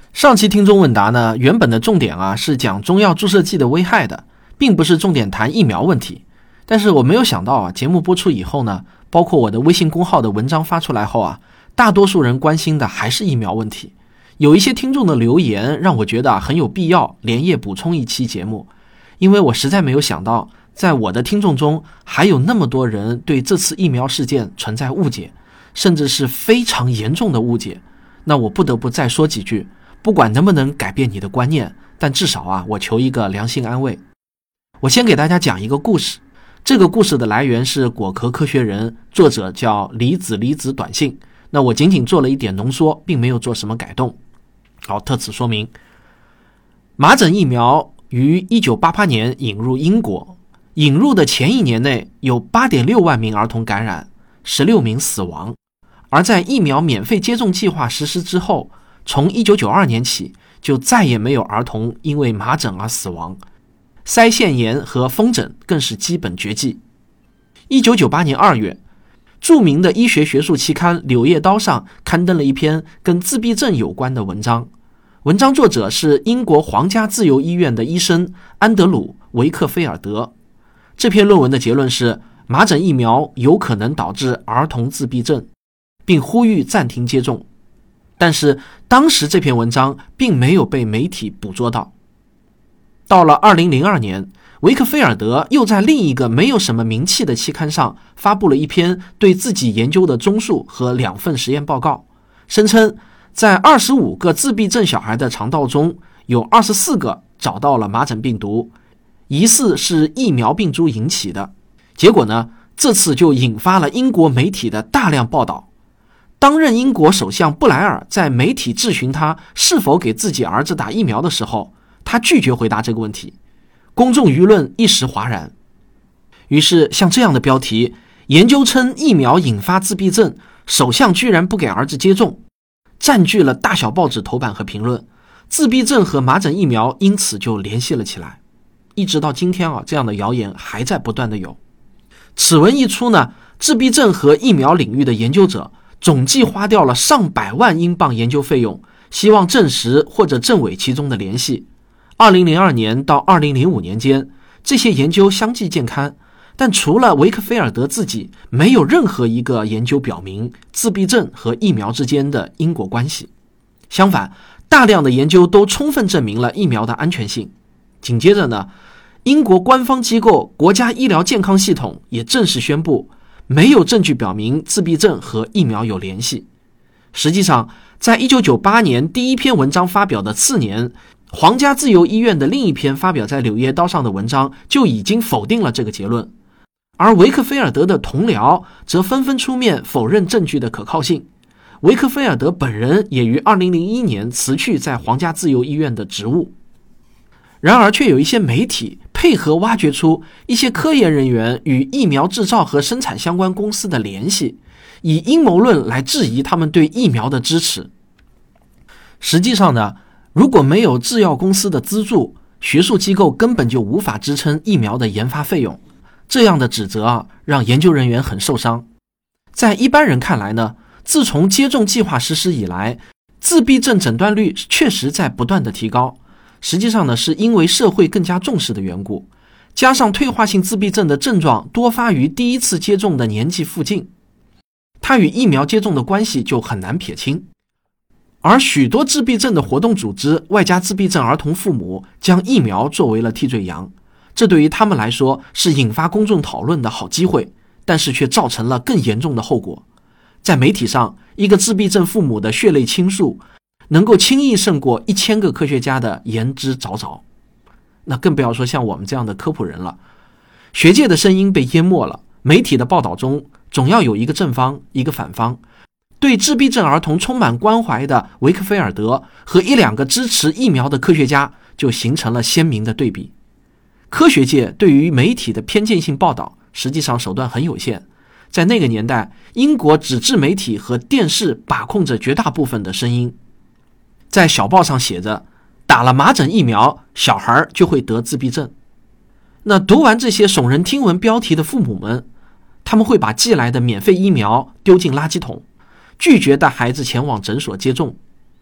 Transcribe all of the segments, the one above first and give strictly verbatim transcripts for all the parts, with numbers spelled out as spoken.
上期听众问答呢，原本的重点啊是讲中药注射剂的危害的，并不是重点谈疫苗问题。但是我没有想到啊，节目播出以后呢，包括我的微信公号的文章发出来后啊，大多数人关心的还是疫苗问题。有一些听众的留言让我觉得很有必要连夜补充一期节目，因为我实在没有想到，在我的听众中还有那么多人对这次疫苗事件存在误解，甚至是非常严重的误解。那我不得不再说几句，不管能不能改变你的观念，但至少啊，我求一个良心安慰。我先给大家讲一个故事，这个故事的来源是果壳科学人，作者叫离子离子短信。那我仅仅做了一点浓缩，并没有做什么改动。好，特此说明。麻疹疫苗于一九八八年引入英国，引入的前一年内有 八点六万名儿童感染，十六名死亡。而在疫苗免费接种计划实施之后，从一九九二年起就再也没有儿童因为麻疹而死亡，腮腺炎和风疹更是基本绝迹。一九九八年二月，著名的医学学术期刊《柳叶刀》上刊登了一篇跟自闭症有关的文章，文章作者是英国皇家自由医院的医生安德鲁·维克菲尔德。这篇论文的结论是，麻疹疫苗有可能导致儿童自闭症，并呼吁暂停接种。但是当时这篇文章并没有被媒体捕捉到。到了二零零二年，维克菲尔德又在另一个没有什么名气的期刊上发布了一篇对自己研究的综述和两份实验报告，声称在二十五个自闭症小孩的肠道中有二十四个找到了麻疹病毒，疑似是疫苗病株引起的。结果呢，这次就引发了英国媒体的大量报道。当任英国首相布莱尔在媒体质询他是否给自己儿子打疫苗的时候，他拒绝回答这个问题，公众舆论一时哗然。于是像这样的标题，研究称疫苗引发自闭症，首相居然不给儿子接种，占据了大小报纸头版和评论，自闭症和麻疹疫苗因此就联系了起来。一直到今天啊，这样的谣言还在不断的有。此文一出呢，自闭症和疫苗领域的研究者总计花掉了上百万英镑研究费用，希望证实或者证伪其中的联系。二零零二年到二零零五年间，这些研究相继见刊，但除了维克菲尔德自己，没有任何一个研究表明自闭症和疫苗之间的因果关系。相反，大量的研究都充分证明了疫苗的安全性。紧接着呢，英国官方机构国家医疗健康系统也正式宣布，没有证据表明自闭症和疫苗有联系。实际上，在一九九八年第一篇文章发表的次年，皇家自由医院的另一篇发表在《柳叶刀》上的文章就已经否定了这个结论，而维克菲尔德的同僚则纷纷出面否认证据的可靠性。维克菲尔德本人也于二零零一年辞去在皇家自由医院的职务。然而却有一些媒体配合挖掘出一些科研人员与疫苗制造和生产相关公司的联系，以阴谋论来质疑他们对疫苗的支持。实际上呢，如果没有制药公司的资助，学术机构根本就无法支撑疫苗的研发费用。这样的指责啊，让研究人员很受伤。在一般人看来呢，自从接种计划实施以来，自闭症诊断率确实在不断的提高。实际上呢，是因为社会更加重视的缘故，加上退化性自闭症的症状多发于第一次接种的年纪附近，它与疫苗接种的关系就很难撇清。而许多自闭症的活动组织外加自闭症儿童父母将疫苗作为了替罪羊，这对于他们来说是引发公众讨论的好机会，但是却造成了更严重的后果。在媒体上，一个自闭症父母的血泪倾诉能够轻易胜过一千个科学家的言之凿凿，那更不要说像我们这样的科普人了。学界的声音被淹没了，媒体的报道中总要有一个正方一个反方。对自闭症儿童充满关怀的维克菲尔德和一两个支持疫苗的科学家就形成了鲜明的对比。科学界对于媒体的偏见性报道实际上手段很有限，在那个年代，英国纸质媒体和电视把控着绝大部分的声音。在小报上写着，打了麻疹疫苗，小孩就会得自闭症。那读完这些耸人听闻标题的父母们，他们会把寄来的免费疫苗丢进垃圾桶，拒绝带孩子前往诊所接种。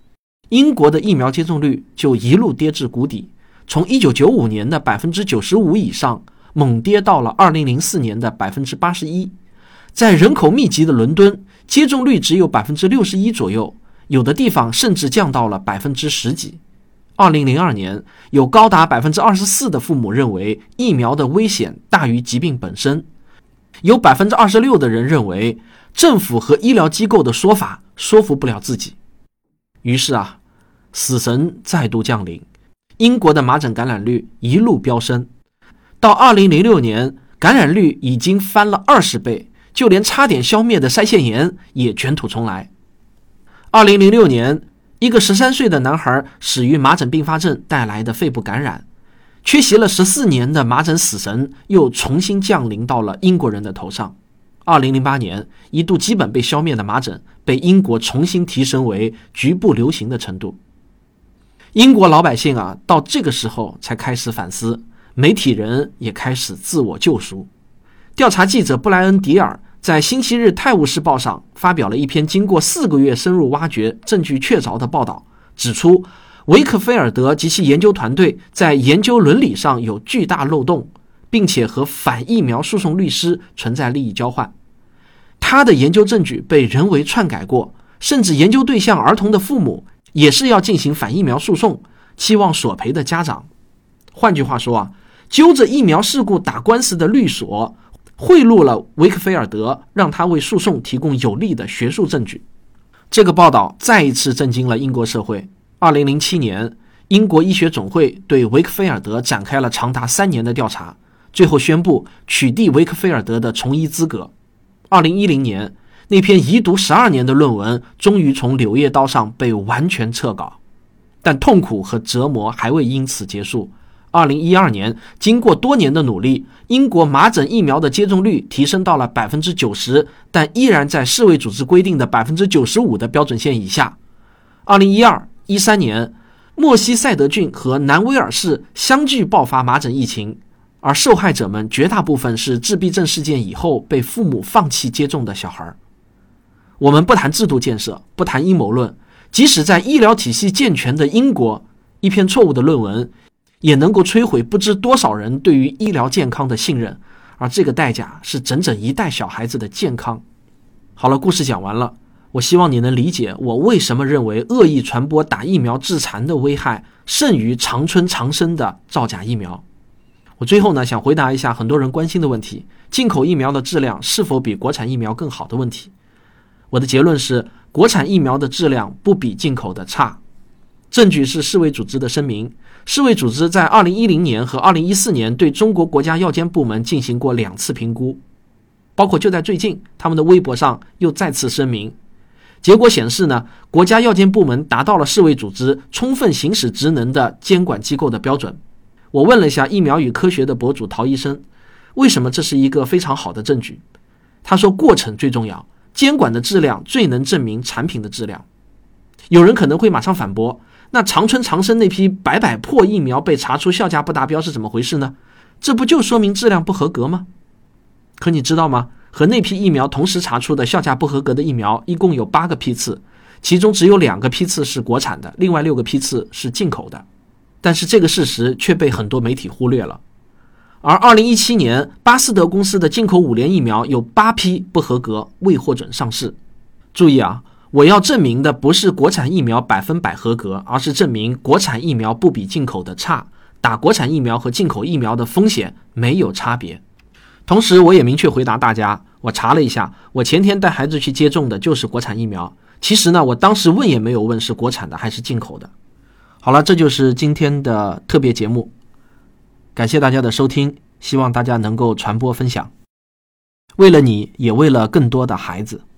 英国的疫苗接种率就一路跌至谷底，从一九九五年的 百分之九十五 以上猛跌到了二零零四年的 百分之八十一。 在人口密集的伦敦，接种率只有 百分之六十一 左右，有的地方甚至降到了 百分之十 几。二零零二年，有高达 百分之二十四 的父母认为疫苗的危险大于疾病本身，有 百分之二十六 的人认为政府和医疗机构的说法说服不了自己。于是啊，死神再度降临，英国的麻疹感染率一路飙升，到二零零六年，感染率已经翻了二十倍，就连差点消灭的腮腺炎也卷土重来。二零零六年，一个十三岁的男孩死于麻疹并发症带来的肺部感染，缺席了十四年的麻疹死神又重新降临到了英国人的头上。二零零八年，一度基本被消灭的麻疹被英国重新提升为局部流行的程度。英国老百姓啊，到这个时候才开始反思，媒体人也开始自我救赎。调查记者布莱恩·迪尔在星期日《泰晤士报》上发表了一篇经过四个月深入挖掘、证据确凿的报道，指出维克菲尔德及其研究团队在研究伦理上有巨大漏洞，并且和反疫苗诉讼律师存在利益交换。他的研究证据被人为篡改过，甚至研究对象儿童的父母也是要进行反疫苗诉讼，期望索赔的家长。换句话说啊，揪着疫苗事故打官司的律所贿赂了维克菲尔德，让他为诉讼提供有力的学术证据。这个报道再一次震惊了英国社会。二零零七年，英国医学总会对维克菲尔德展开了长达三年的调查，最后宣布取缔维克菲尔德的从医资格。二零一零年，那篇遗读十二年的论文终于从柳叶刀上被完全撤稿，但痛苦和折磨还未因此结束。二零一二年，经过多年的努力，英国麻疹疫苗的接种率提升到了 百分之九十， 但依然在世卫组织规定的 百分之九十五 的标准线以下。二零一二、一三年，莫西塞德郡和南威尔士相继爆发麻疹疫情，而受害者们绝大部分是自闭症事件以后被父母放弃接种的小孩。我们不谈制度建设，不谈阴谋论，即使在医疗体系健全的英国，一篇错误的论文也能够摧毁不知多少人对于医疗健康的信任，而这个代价是整整一代小孩子的健康。好了，故事讲完了，我希望你能理解我为什么认为恶意传播打疫苗致残的危害胜于长春长生的造假疫苗。我最后呢，想回答一下很多人关心的问题，进口疫苗的质量是否比国产疫苗更好的问题。我的结论是，国产疫苗的质量不比进口的差。证据是世卫组织的声明，世卫组织在二零一零年和二零一四年对中国国家药监部门进行过两次评估，包括就在最近，他们的微博上又再次声明。结果显示呢，国家药监部门达到了世卫组织充分行使职能的监管机构的标准。我问了一下疫苗与科学的博主陶医生，为什么这是一个非常好的证据？他说，过程最重要，监管的质量最能证明产品的质量。有人可能会马上反驳，那长春长生那批百百破疫苗被查出效价不达标是怎么回事呢？这不就说明质量不合格吗？可你知道吗？和那批疫苗同时查出的效价不合格的疫苗一共有八个批次，其中只有两个批次是国产的，另外六个批次是进口的。但是这个事实却被很多媒体忽略了。而二零一七年，巴斯德公司的进口五联疫苗有八批不合格，未获准上市。注意啊，我要证明的不是国产疫苗百分百合格，而是证明国产疫苗不比进口的差，打国产疫苗和进口疫苗的风险没有差别。同时我也明确回答大家，我查了一下，我前天带孩子去接种的就是国产疫苗。其实呢，我当时问也没有问是国产的还是进口的。好了，这就是今天的特别节目，感谢大家的收听，希望大家能够传播分享。为了你，也为了更多的孩子。